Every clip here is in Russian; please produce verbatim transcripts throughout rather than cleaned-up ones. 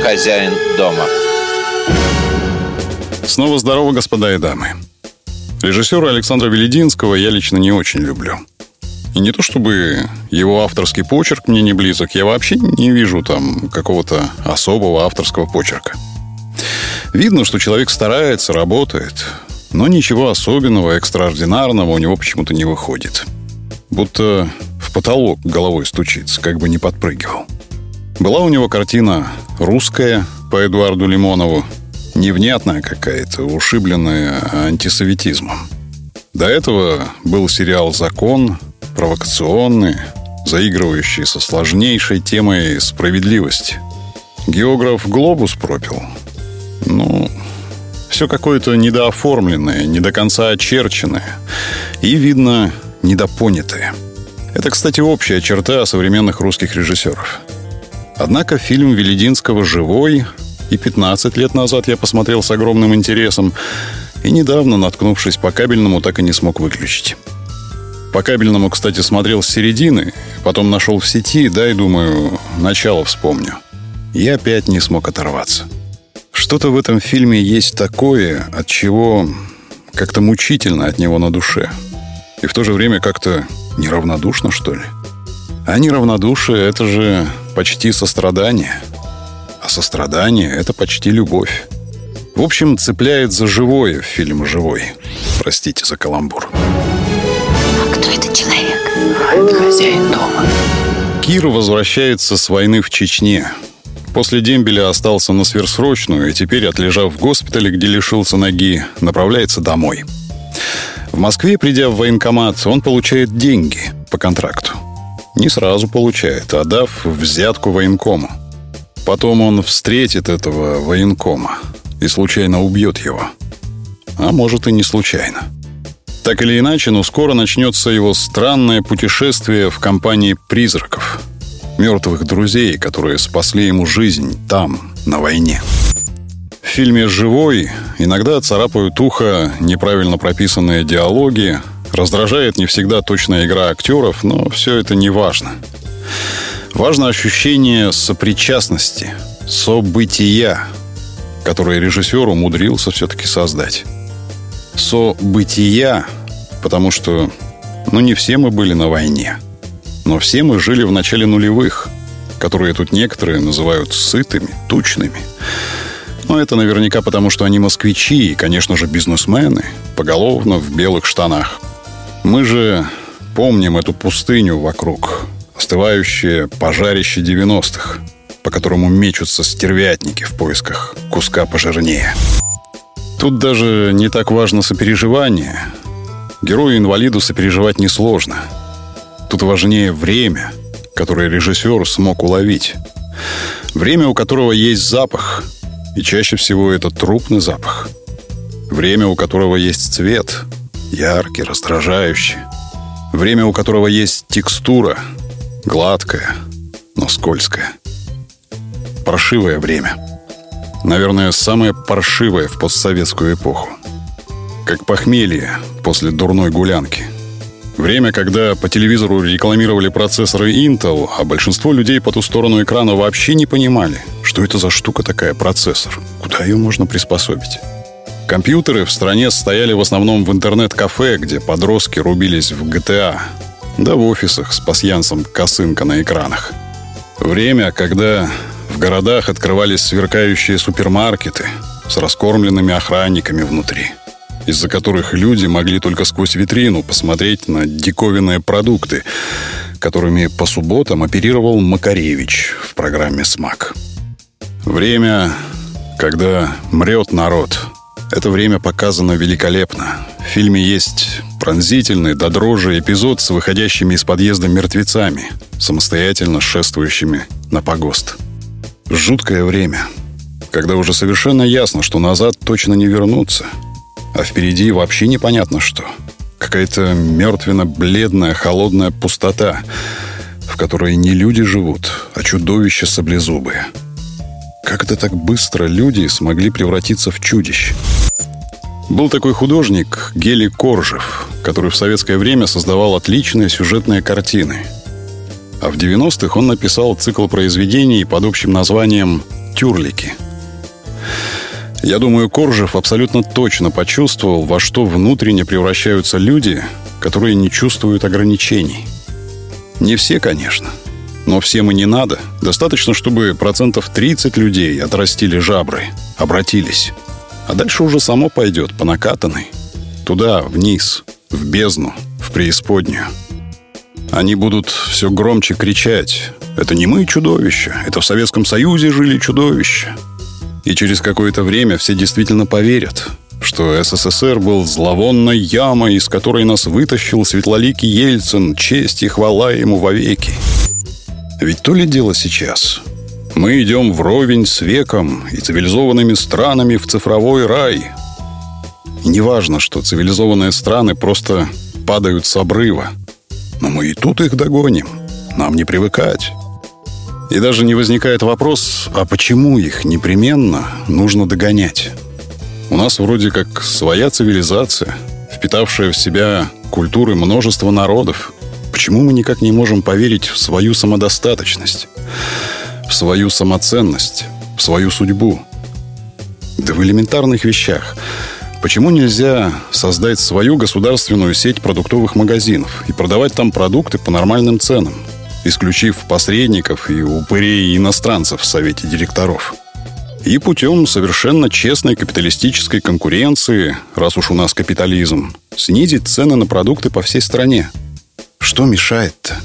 хозяин дома. Снова здорово, господа и дамы. Режиссера Александра Велединского я лично не очень люблю. И не то чтобы его авторский почерк мне не близок, я вообще не вижу там какого-то особого авторского почерка. Видно, что человек старается, работает, но ничего особенного, экстраординарного у него почему-то не выходит. Будто в потолок головой стучится, как бы не подпрыгивал. Была у него картина «Русская» по Эдуарду Лимонову, невнятная какая-то, ушибленная антисоветизмом. До этого был сериал «Закон», провокационный, заигрывающий со сложнейшей темой справедливости. Географ «Глобус» пропил. Ну, все какое-то недооформленное, не до конца очерченное и, видно, недопонятое. Это, кстати, общая черта современных русских режиссеров. Однако фильм Велединского живой, и пятнадцать лет назад я посмотрел с огромным интересом, и недавно, наткнувшись по кабельному, так и не смог выключить. По кабельному, кстати, смотрел с середины, потом нашел в сети, да и думаю, начало вспомню. И опять не смог оторваться. Что-то в этом фильме есть такое, от чего как-то мучительно от него на душе. И в то же время как-то неравнодушно, что ли. А неравнодушие — это же почти сострадание. А сострадание — это почти любовь. В общем, цепляет за живое фильм «Живой». Простите за каламбур. А кто этот человек? Это хозяин дома. Кир возвращается с войны в Чечне. После дембеля остался на сверхсрочную, и теперь, отлежав в госпитале, где лишился ноги, направляется домой. В Москве, придя в военкомат, он получает деньги по контракту. Не сразу получает, а дав взятку военкому. Потом он встретит этого военкома и случайно убьет его. А может и не случайно. Так или иначе, но скоро начнется его странное путешествие в компании призраков. Мертвых друзей, которые спасли ему жизнь там, на войне. В фильме «Живой» иногда царапают ухо неправильно прописанные диалоги, раздражает не всегда точная игра актеров, но все это не важно. Важно ощущение сопричастности, события, которое режиссер умудрился все-таки создать. События, потому что, ну, не все мы были на войне. Но все мы жили в начале нулевых, которые тут некоторые называют сытыми, тучными. Но это наверняка потому, что они москвичи и, конечно же, бизнесмены, поголовно в белых штанах. Мы же помним эту пустыню вокруг, остывающее пожарище девяностых, по которому мечутся стервятники в поисках куска пожирнее. Тут даже не так важно сопереживание. Герою-инвалиду сопереживать несложно. Тут важнее время, которое режиссер смог уловить. Время, у которого есть запах, и чаще всего это трупный запах. Время, у которого есть цвет, яркий, раздражающий. Время, у которого есть текстура, гладкая, но скользкая. Паршивое время. Наверное, самое паршивое в постсоветскую эпоху. Как похмелье после дурной гулянки. Время, когда по телевизору рекламировали процессоры Intel, а большинство людей по ту сторону экрана вообще не понимали, что это за штука такая, процессор, куда ее можно приспособить. Компьютеры в стране стояли в основном в интернет-кафе, где подростки рубились в джи ти эй, да в офисах с пасьянсом косынка на экранах. Время, когда в городах открывались сверкающие супермаркеты с раскормленными охранниками внутри, из-за которых люди могли только сквозь витрину посмотреть на диковинные продукты, которыми по субботам оперировал Макаревич в программе «Смак». Время, когда мрет народ. Это время показано великолепно. В фильме есть пронзительный до дрожи эпизод с выходящими из подъезда мертвецами, самостоятельно шествующими на погост. Жуткое время, когда уже совершенно ясно, что назад точно не вернуться. А впереди вообще непонятно что. Какая-то мертвенно-бледная, холодная пустота, в которой не люди живут, а чудовища саблезубые. Как это так быстро люди смогли превратиться в чудищ? Был такой художник Гели Коржев, который в советское время создавал отличные сюжетные картины. А в девяностых он написал цикл произведений под общим названием тюрлики. Я думаю, Коржев абсолютно точно почувствовал, во что внутренне превращаются люди, которые не чувствуют ограничений. Не все, конечно, но всем и не надо. Достаточно, чтобы процентов тридцать людей отрастили жабры, обратились. А дальше уже само пойдет по накатанной. Туда, вниз, в бездну, в преисподнюю. Они будут все громче кричать: «Это не мы чудовища, это в Советском Союзе жили чудовища». И через какое-то время все действительно поверят, что СССР был зловонной ямой, из которой нас вытащил светлоликий Ельцин, честь и хвала ему вовеки. Ведь то ли дело сейчас. Мы идем вровень с веком и цивилизованными странами в цифровой рай. И не важно, что цивилизованные страны просто падают с обрыва. Но мы и тут их догоним. Нам не привыкать. И даже не возникает вопрос, а почему их непременно нужно догонять? У нас вроде как своя цивилизация, впитавшая в себя культуры множества народов. Почему мы никак не можем поверить в свою самодостаточность, в свою самоценность, в свою судьбу? Да в элементарных вещах. Почему нельзя создать свою государственную сеть продуктовых магазинов и продавать там продукты по нормальным ценам, исключив посредников и упырей иностранцев в совете директоров? И путем совершенно честной капиталистической конкуренции, раз уж у нас капитализм, снизить цены на продукты по всей стране. Что мешает-то?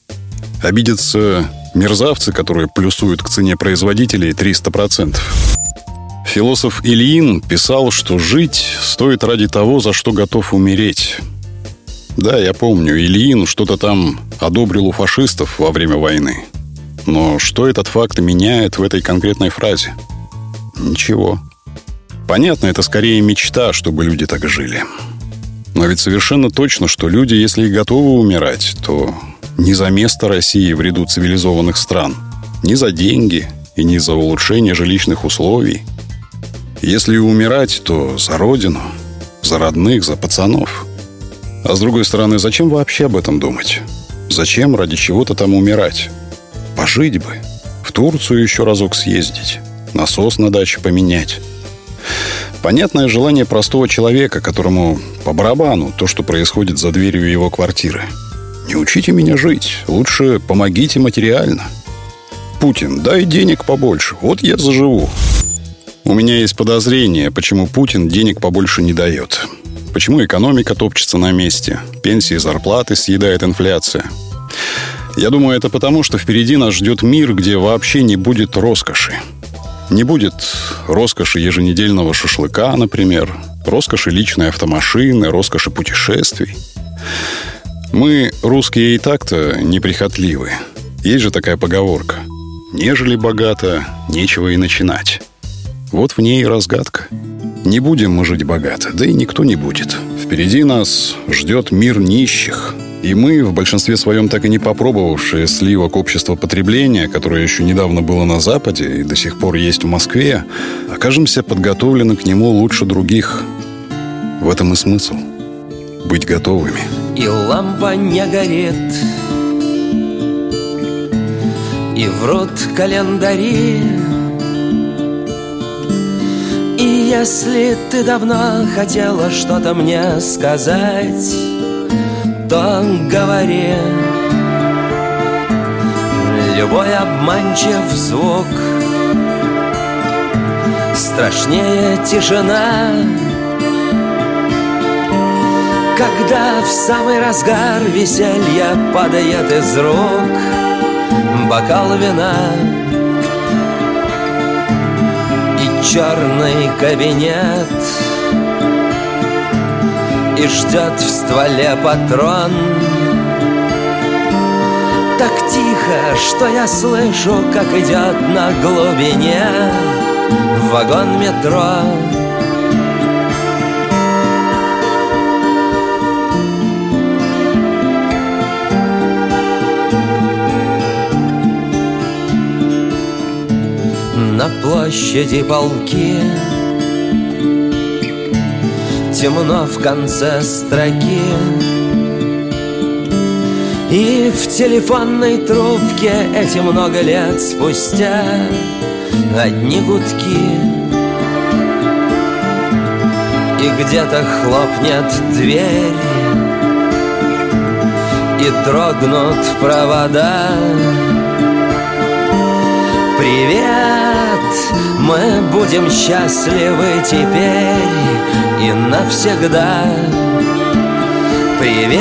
Обидятся мерзавцы, которые плюсуют к цене производителей триста процентов. Философ Ильин писал, что жить стоит ради того, за что готов умереть. Да, я помню, Ильин что-то там одобрил у фашистов во время войны. Но что этот факт меняет в этой конкретной фразе? Ничего. Понятно, это скорее мечта, чтобы люди так жили. Но ведь совершенно точно, что люди, если и готовы умирать, то не за место России в ряду цивилизованных стран, не за деньги и не за улучшение жилищных условий. Если и умирать, то за родину, за родных, за пацанов. А с другой стороны, зачем вообще об этом думать? Зачем ради чего-то там умирать? Пожить бы, в Турцию еще разок съездить, насос на даче поменять. Понятное желание простого человека, которому по барабану то, что происходит за дверью его квартиры. Не учите меня жить, лучше помогите материально. Путин, дай денег побольше, вот я заживу. У меня есть подозрение, почему Путин денег побольше не дает. Почему экономика топчется на месте, пенсии и зарплаты съедает инфляция. Я думаю, это потому, что впереди нас ждет мир, где вообще не будет роскоши. Не будет роскоши еженедельного шашлыка, например, роскоши личной автомашины, роскоши путешествий. Мы, русские, и так-то неприхотливы. Есть же такая поговорка: «Нежели богато, нечего и начинать». Вот в ней и разгадка. Не будем мы жить богато, да и никто не будет. Впереди нас ждет мир нищих. И мы, в большинстве своем так и не попробовавшие сливок общества потребления, которое еще недавно было на Западе и до сих пор есть в Москве, окажемся подготовлены к нему лучше других. В этом и смысл. Быть готовыми. И лампа не горит, и врут календари. И если ты давно хотела что-то мне сказать, то говори. Любой обманчив звук страшнее тишина. Когда в самый разгар веселья падает из рук бокал вина и черный кабинет, и ждет в стволе патрон. Так тихо, что я слышу, как идет на глубине вагон метро. На площади полки, темно в конце строки, и в телефонной трубке эти много лет спустя одни гудки, и где-то хлопнет дверь, и дрогнут провода. Привет, мы будем счастливы теперь и навсегда. Привет,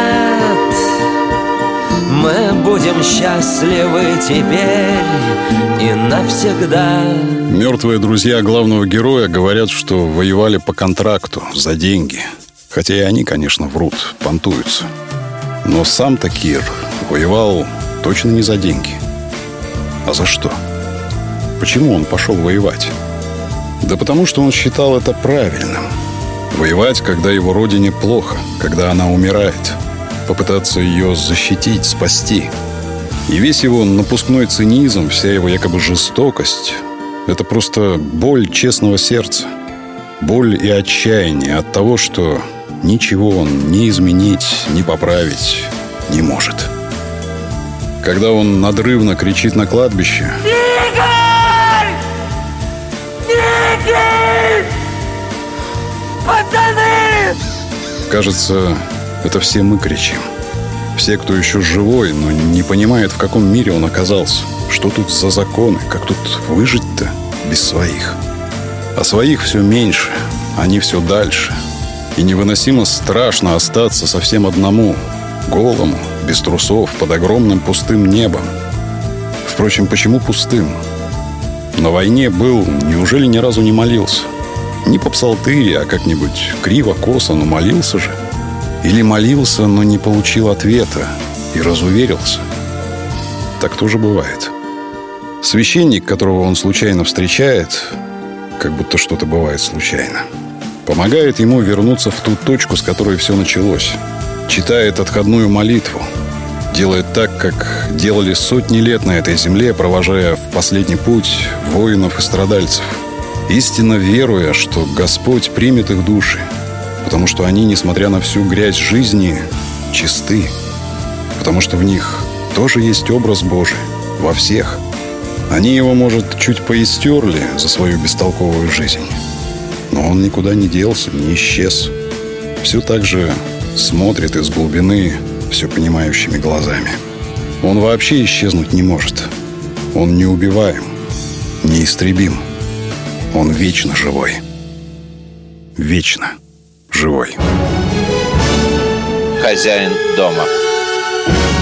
мы будем счастливы теперь и навсегда. Мертвые друзья главного героя говорят, что воевали по контракту, за деньги. Хотя и они, конечно, врут, понтуются. Но сам-то Кир воевал точно не за деньги. А за что? Почему он пошел воевать? Да потому что он считал это правильным. Воевать, когда его родине плохо, когда она умирает. Попытаться ее защитить, спасти. И весь его напускной цинизм, вся его якобы жестокость — это просто боль честного сердца. Боль и отчаяние от того, что ничего он ни изменить, ни поправить не может. Когда он надрывно кричит на кладбище: Игорь! Игорь! Пацаны! Кажется, это все мы кричим. Все, кто еще живой, но не понимает, в каком мире он оказался. Что тут за законы, как тут выжить-то без своих. А своих все меньше, они все дальше. И невыносимо страшно остаться совсем одному, голому, без трусов, под огромным пустым небом. Впрочем, почему пустым? На войне был, неужели ни разу не молился? Не по псалтыри, а как-нибудь криво-косо, но молился же. Или молился, но не получил ответа и разуверился. Так тоже бывает. Священник, которого он случайно встречает, как будто что-то бывает случайно, помогает ему вернуться в ту точку, с которой все началось. Читает отходную молитву. Делает так, как делали сотни лет на этой земле, провожая в последний путь воинов и страдальцев. Истинно веруя, что Господь примет их души, потому что они, несмотря на всю грязь жизни, чисты. Потому что в них тоже есть образ Божий. Во всех. Они его, может, чуть поистерли за свою бестолковую жизнь. Но он никуда не делся, не исчез. Все так же смотрит из глубины все понимающими глазами. Он вообще исчезнуть не может. Он неубиваем, неистребим. Он вечно живой. Вечно живой. Хозяин дома.